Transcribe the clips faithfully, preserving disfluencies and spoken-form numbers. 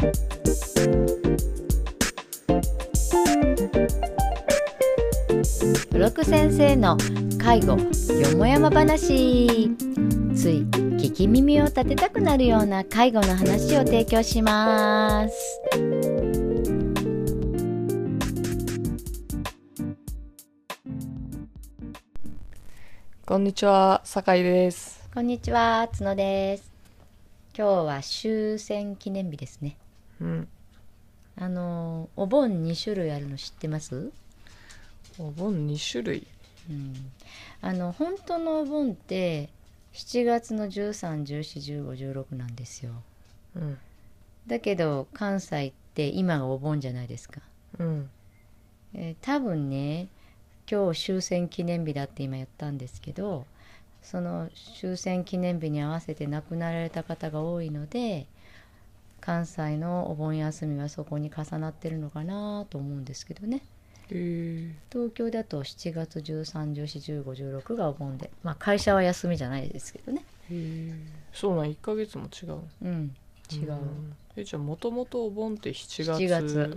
ブロク先生の介護よもやま話。つい聞き耳を立てたくなるような介護の話を提供します。 こんにちは、酒井です。 こんにちは、角です。今日は終戦記念日ですね。 うん。 あのお盆に種類あるの知ってます？ お盆に種類。 うん、あの本当のお盆ってしちがつのじゅうさん、じゅうよん、じゅうご、じゅうろくなんですよ。 うん。 だけど関西って今がお盆じゃないですか。 うん。 えー多分ね、今日終戦記念日だって今言ったんですけど、その終戦記念日に合わせて亡くなられた方が多いので、関西のお盆休みはそこに重なってるのかなと思うんですけどね。 へえ。 東京だとしちがつじゅうさん、じゅうよん、じゅうご、じゅうろくがお盆で、まあ会社は休みじゃないですけどね。 へえ。そうなん、いっかげつも違う。 うん、違う。 んえ、じゃあもともとお盆ってしちがつ。 しちがつ、うん。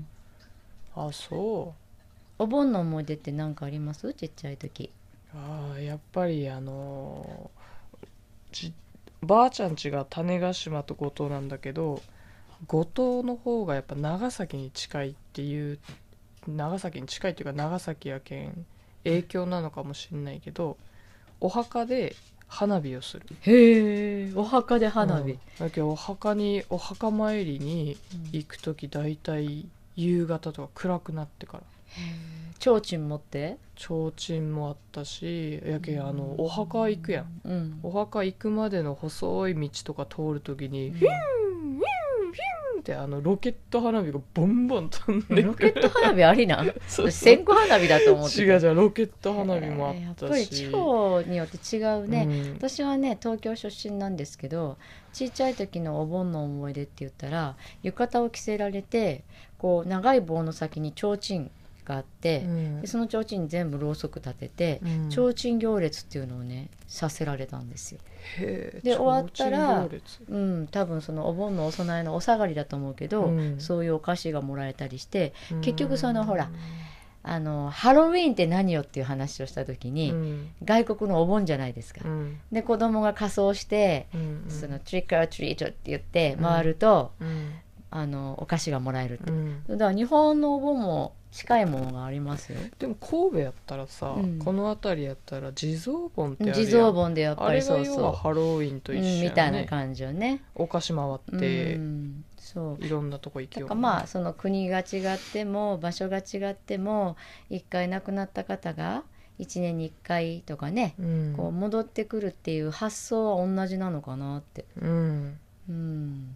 あ、そう。 お盆の思い出って何かあります？ちっちゃい時。 ああ、やっぱりあのーじばあちゃん家が種子島と五島なんだけど、五島の方がやっぱ長崎に近いっていう、長崎に近いっていうか長崎やけん影響なのかもしれないけど、お墓で花火をする。 へえ、お墓で花火。 うん、だけどお墓にお墓参りに行く時だいたい夕方とか暗くなってから。 提灯持って。 提灯もあったし、やけんあのお墓行くやん、 うん、 お墓行くまでの細い道とか通る時に、 うん、 フィンフィンフィンってあのロケット花火がボンボン飛んでくる。 ロケット花火ありなんそう線香花火だと思ってた。 違う違う、ロケット花火もあったし、 えーやっぱり地方によって違うね、 うん、 私はね東京出身なんですけど、ちっちゃい時のお盆の思い出って言ったら、浴衣を着せられて、こう長い棒の先に提灯があって、 うん、 でその提灯に全部ろうそく立てて、 うん、 提灯行列っていうのをねさせられたんですよ。 へで終わったら、 提灯行列、 うん、多分そのお盆のお供えのお下がりだと思うけど、 うん、 そういうお菓子がもらえたりして、 うん、 結局そのほらあのハロウィーンって何よっていう話をした時に、 うん、 外国のお盆じゃないですか、 うん、 で子供が仮装して、 うん、 そのトリックオアトリートって言って回ると、 うん、 あのお菓子がもらえるって、 うん、 だから日本のお盆も近いものがありますよ。 でも神戸やったらさ、うん、この辺りやったら地蔵盆ってあるやん。 地蔵盆でやっぱりそうそう、 あれが要はハロウィンと一緒やね、 うん、みたいな感じよね。 お菓子回って、うん、 そういろんなとこ行きよう、ね、 だからまあその国が違っても場所が違っても、一回亡くなった方がいちねんにいっかいとかね、うん、こう戻ってくるっていう発想は同じなのかなって、うんうん、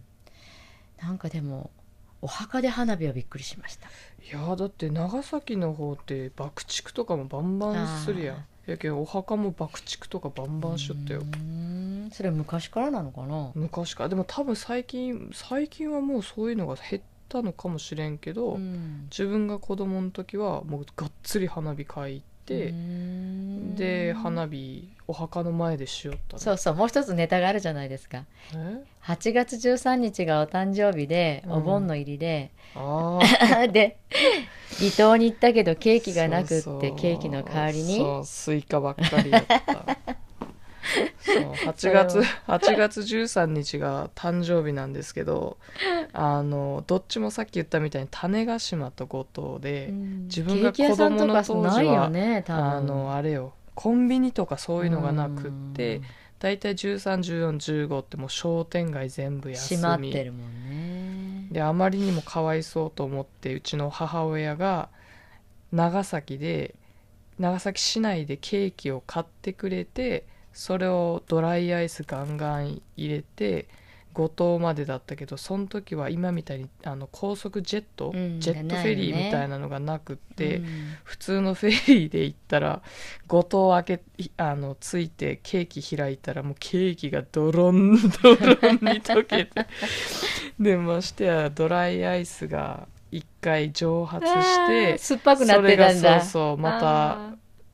なんかでもお墓で花火はびっくりしました。 いやだって長崎の方って爆竹とかもバンバンするやん。やけんお墓も爆竹とかバンバンしよったよ。 うーん、それ昔からなのかな。 昔から。でも多分最近最近はもうそういうのが減ったのかもしれんけど、うん、自分が子供の時はもうがっつり花火買いて、で花火お墓の前でしよった、ね、 そうそう、もう一つネタがあるじゃないですか。はちがつじゅうさんにちがお誕生日で、うん、お盆の入りで、あで離島に行ったけどケーキがなくって、そうそう、ケーキの代わりにそうスイカばっかりやったそうはちがつはちがつじゅうさんにちが誕生日なんですけど、あのどっちもさっき言ったみたいに種子島と五島で、うん、自分が子供の当時は、ね、あのあれよ、コンビニとかそういうのがなくって、だいたいじゅうさん、じゅうよん、じゅうごってもう商店街全部休み、 閉まってるもんね。 であまりにもかわいそうと思って、うちの母親が長崎で長崎市内でケーキを買ってくれて、それをドライアイスガンガン入れて五島までだったけど、その時は今みたいにあの高速ジェット、うん、ジェットフェリーみたいなのがなくって、うん、普通のフェリーで行ったら五島開けあのついてケーキ開いたらもうケーキがドロンドロンに溶けてでましてやドライアイスが一回蒸発して酸っぱくなってたんだ。 それがそうそうまた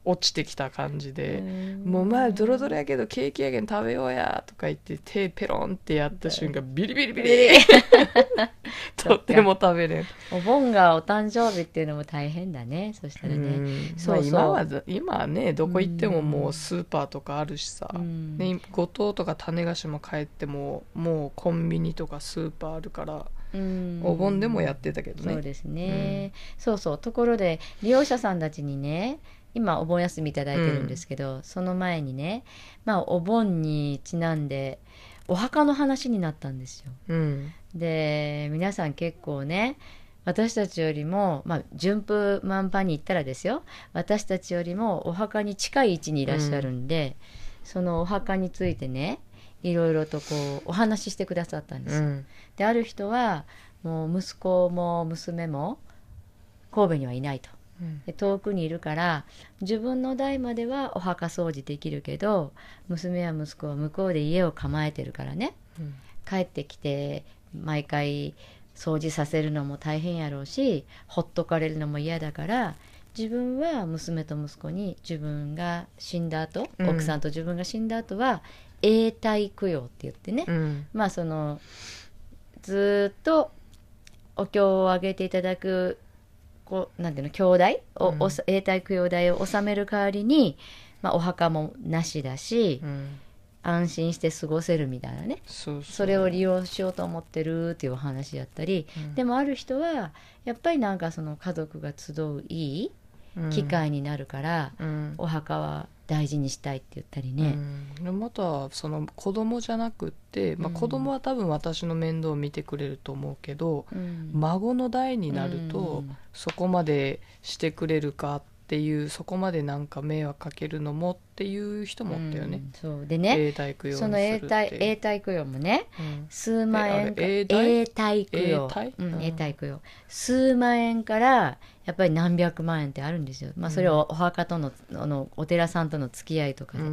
落ちてきた感じで、 うんもうまあドロドロやけどケーキやけん食べようやとか言って手ペロンってやった瞬間ビリビリビリとっても食べれん。 お盆がお誕生日っていうのも大変だね。そしたらね、 うんそうそうまあ、今は今はねどこ行ってももうスーパーとかあるしさ、 うんね、五島とか種子島帰ってももうコンビニとかスーパーあるからうんお盆でもやってたけどね。 そうですね、そうそう。ところで利用者さんたちにね、今お盆休みいただいてるんですけど、うん、その前にね、まあお盆にちなんでお墓の話になったんですよ、 うん、 で皆さん結構ね、私たちよりも、まあ、順風満帆に行ったらですよ、私たちよりもお墓に近い位置にいらっしゃるんで、うん、そのお墓についてねいろいろとこうお話ししてくださったんですよ、うん、である人はもう息子も娘も神戸にはいないと、で遠くにいるから自分の代まではお墓掃除できるけど娘や息子は向こうで家を構えてるからね、うん、帰ってきて毎回掃除させるのも大変やろうしほっとかれるのも嫌だから、自分は娘と息子に自分が死んだ後、うん、奥さんと自分が死んだ後は永代供養って言ってね、うん、まあそのずっとお経をあげていただくこうなんていうの兄弟を、うん、永代供養代を納める代わりに、まあ、お墓もなしだし、うん、安心して過ごせるみたいなね、そうそう、それを利用しようと思ってるっていうお話やったり、うん、でもある人はやっぱりなんかその家族が集ういい機会になるから、うん、お墓は大事にしたいって言ったりね、 うん、またその子供じゃなくって、まあ、子供は多分私の面倒を見てくれると思うけど、うん、孫の代になるとそこまでしてくれるかっていう、そこまでなんか迷惑かけるのもっていう人もおったよね、 うん、そうでね、 永代供養にするって、 その永代、永代供養もね、うん、数万円か永代供養、永代供養数万円からやっぱり何百万円ってあるんですよ、まあ、それをお墓との、あのお寺さんとの付き合いとかで、うん、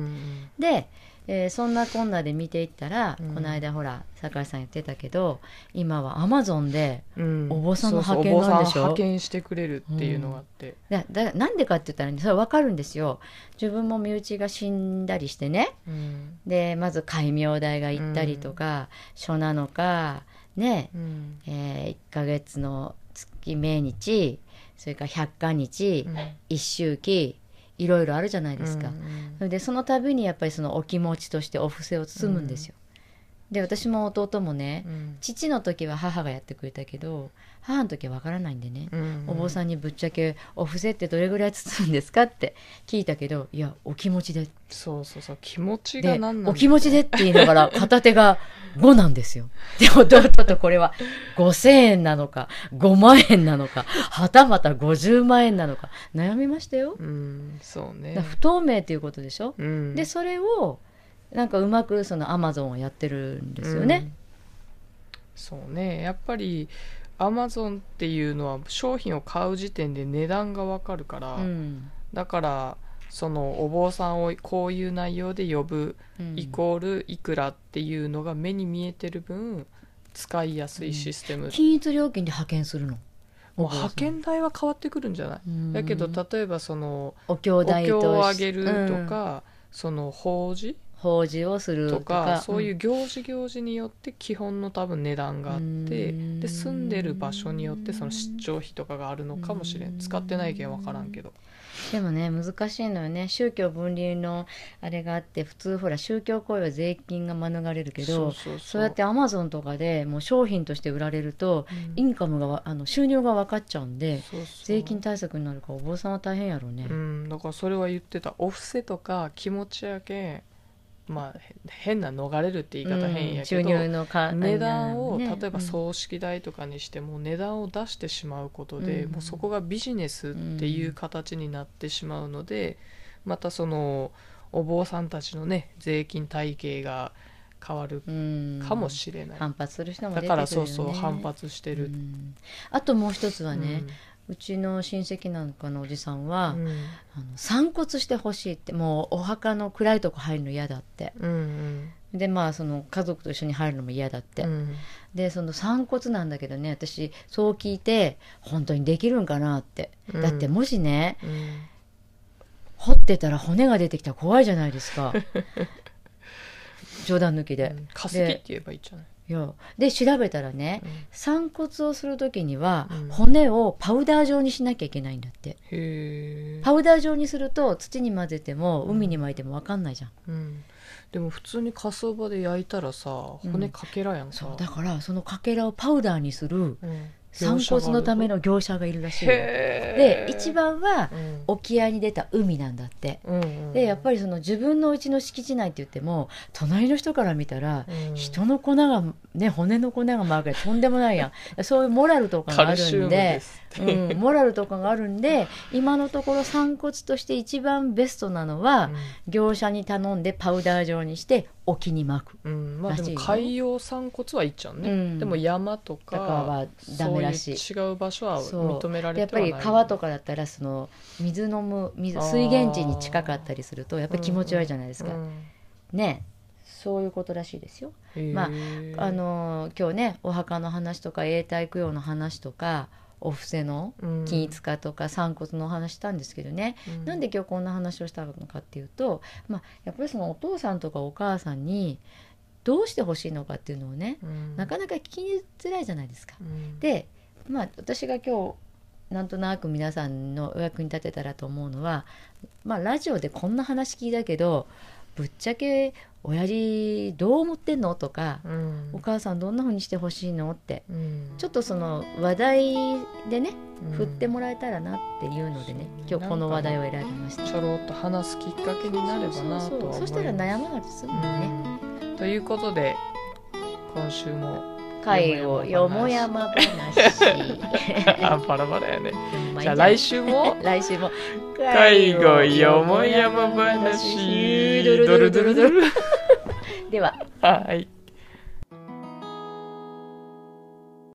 で、えー、そんなこんなで見ていったら、うん、この間ほら酒井さん言ってたけど今はアマゾンでお坊さんの派遣なんでしょ、うん、そうそう、お坊さん派遣してくれるっていうのがあって、 うん、だだなんでかって言ったら、ね、それは分かるんですよ。自分も身内が死んだりしてね、うん、でまず戒名代が行ったりとか、うん、書なのかね、うんえー、いっかげつの月命日、それから百花日、うん、一周忌、いろいろあるじゃないですか、うんうん、でその度にやっぱりそのお気持ちとしてお布施を包むんですよ、うん、で私も弟もね、うん、父の時は母がやってくれたけど母の時は分からないんでね、うんうん、お坊さんにぶっちゃけお布施ってどれぐらい包むんですかって聞いたけど、いやお気持ちで、 そうそうそう、気持ちが何なんだ、 お気持ちでって言いながら片手がごなんですよ。で弟とこれはごせんえんなのかごまんえんなのかはたまたごじゅうまんえんなのか悩みましたよ、 うん、そうね、 不透明っていうことでしょ、うん、でそれをなんかうまくそのアマゾンはやってるんですよね、うん、 そうね、やっぱりアマゾンっていうのは商品を買う時点で値段がわかるから、うん、だからそのお坊さんをこういう内容で呼ぶ、うん、イコールいくらっていうのが目に見えてる分使いやすいシステム、うん、 均一料金で派遣するの、 もう派遣代は変わってくるんじゃない、うん、だけど例えばそのお経代とお経をあげるとか、うん、その法事法事をすると か, とかそういう行事行事によって基本の多分値段があって、うん、で住んでる場所によってその出張費とかがあるのかもしれん、使ってないけん分からんけど、 でもね難しいのよね、宗教分離のあれがあって、普通ほら宗教行為は税金が免れるけど、そうそうそう、そうやってアマゾンとかでもう商品として売られると、うん、インカムがあの収入が分かっちゃうんで、そうそう、税金対策になるからお坊さんは大変やろうね、 うん、だからそれは言ってた、お布施とか気持ちやけん、まあ、変な逃れるって言い方変やけど、うん、収入のか値段を、ね、例えば葬式代とかにしても値段を出してしまうことで、うん、もうそこがビジネスっていう形になってしまうので、うん、またそのお坊さんたちのね税金体系が変わるかもしれない、うん、 反発する人も出てくるよね、 だからそうそう反発してる、うん、 あともう一つはね、うん、うちの親戚なんかのおじさんは、うん、あの散骨してほしいって、もうお墓の暗いとこ入るの嫌だって、うんうん、でまあその家族と一緒に入るのも嫌だって、うん、でその散骨なんだけどね、私そう聞いて本当にできるんかなって、うん、だってもしね、うん、 掘ってたら骨が出てきたら怖いじゃないですか冗談抜きで、 うん、化石って言えばいいじゃない。 いやで調べたらね、 うん、 散骨をする時には、 うん、 骨をパウダー状にしなきゃいけないんだって。 へー。 パウダー状にすると土に混ぜても海に巻いても分かんないじゃん、 うん、でも普通に火葬場で焼いたらさ骨かけらやんか、 うん、そうだからそのかけらをパウダーにする、 うん、 散骨のための業者がいるらしいよ。で一番は沖合に出た海なんだって、うん、でやっぱりその自分の家の敷地内って言っても隣の人から見たら、うん、人の粉がね骨の粉が舞うからとんでもないやんそういうモラルとかがあるんで、うん、モラルとかがあるんで今のところ散骨として一番ベストなのは、うん、業者に頼んでパウダー状にして沖に巻く、 うんまあ、でも海洋散骨はいいっちゃうね、うん、でも山とかはダメらしい。 そういう違う場所は認められてはない。 やっぱり川とかだったらその水飲む水水源地に近かったりするとやっぱり気持ち悪いじゃないですか、うんうん、ねそういうことらしいですよ。まああの今日ねお墓の話とか永代供養の話とかお布施の均一化とか散骨の話したんですけどね、うん、なんで今日こんな話をしたのかっていうと、まあ、やっぱりそのお父さんとかお母さんにどうしてほしいのかっていうのをね、うん、なかなか聞きづらいじゃないですか、うん、で、まあ、私が今日なんとなく皆さんのお役に立てたらと思うのは、まあ、ラジオでこんな話聞いたけどぶっちゃけ親父どう思ってんのとか、うん、お母さんどんな風にしてほしいのって、うん、ちょっとその話題でね、うん、振ってもらえたらなっていうのでね、今日この話題を選びました。 ちょろっと話すきっかけになればなとは思います。そうそうそう、 そしたら悩まなくて済むよね、 うん、ということで今週も介護よもやま話あバラバラやねじゃあ来週も来週も介護よもやま話ドルドルドルでははい